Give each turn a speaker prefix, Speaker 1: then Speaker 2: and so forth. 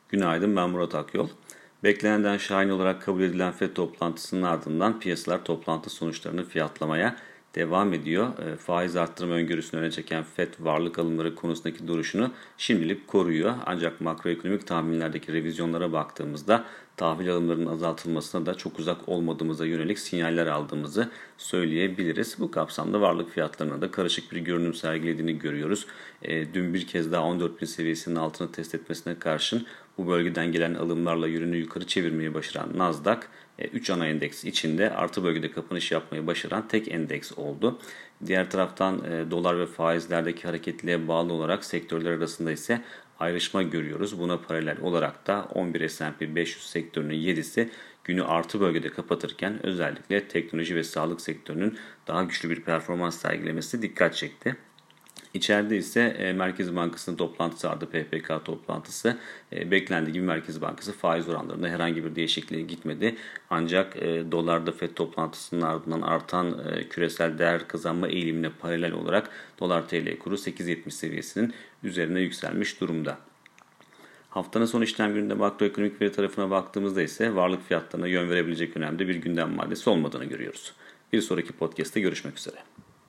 Speaker 1: Günaydın, ben Murat Akyol. Beklenenden şahin olarak kabul edilen FED toplantısının ardından piyasalar toplantı sonuçlarını fiyatlamaya devam ediyor. Faiz arttırma öngörüsünü öne çeken FED varlık alımları konusundaki duruşunu şimdilik koruyor. Ancak makroekonomik tahminlerdeki revizyonlara baktığımızda tahvil alımlarının azaltılmasına da çok uzak olmadığımıza yönelik sinyaller aldığımızı söyleyebiliriz. Bu kapsamda varlık fiyatlarına da karışık bir görünüm sergilediğini görüyoruz. Dün bir kez daha 14.000 seviyesinin altını test etmesine karşın bu bölgeden gelen alımlarla yönünü yukarı çevirmeyi başaran Nasdaq, 3 ana endeks içinde artı bölgede kapanış yapmayı başaran tek endeks oldu. Diğer taraftan dolar ve faizlerdeki hareketliliğe bağlı olarak sektörler arasında ise ayrışma görüyoruz. Buna paralel olarak da 11 S&P 500 sektörünün 7'si günü artı bölgede kapatırken özellikle teknoloji ve sağlık sektörünün daha güçlü bir performans sergilemesi dikkat çekti. İçeride ise Merkez Bankası'nın toplantısı vardı, PPK toplantısı. Beklendiği gibi Merkez Bankası faiz oranlarında herhangi bir değişikliğe gitmedi. Ancak dolarda FED toplantısının ardından artan küresel değer kazanma eğilimine paralel olarak dolar TL kuru 8.70 seviyesinin üzerine yükselmiş durumda. Haftanın son işlem gününde makroekonomik veri tarafına baktığımızda ise varlık fiyatlarına yön verebilecek önemli bir gündem maddesi olmadığını görüyoruz. Bir sonraki podcast'te görüşmek üzere.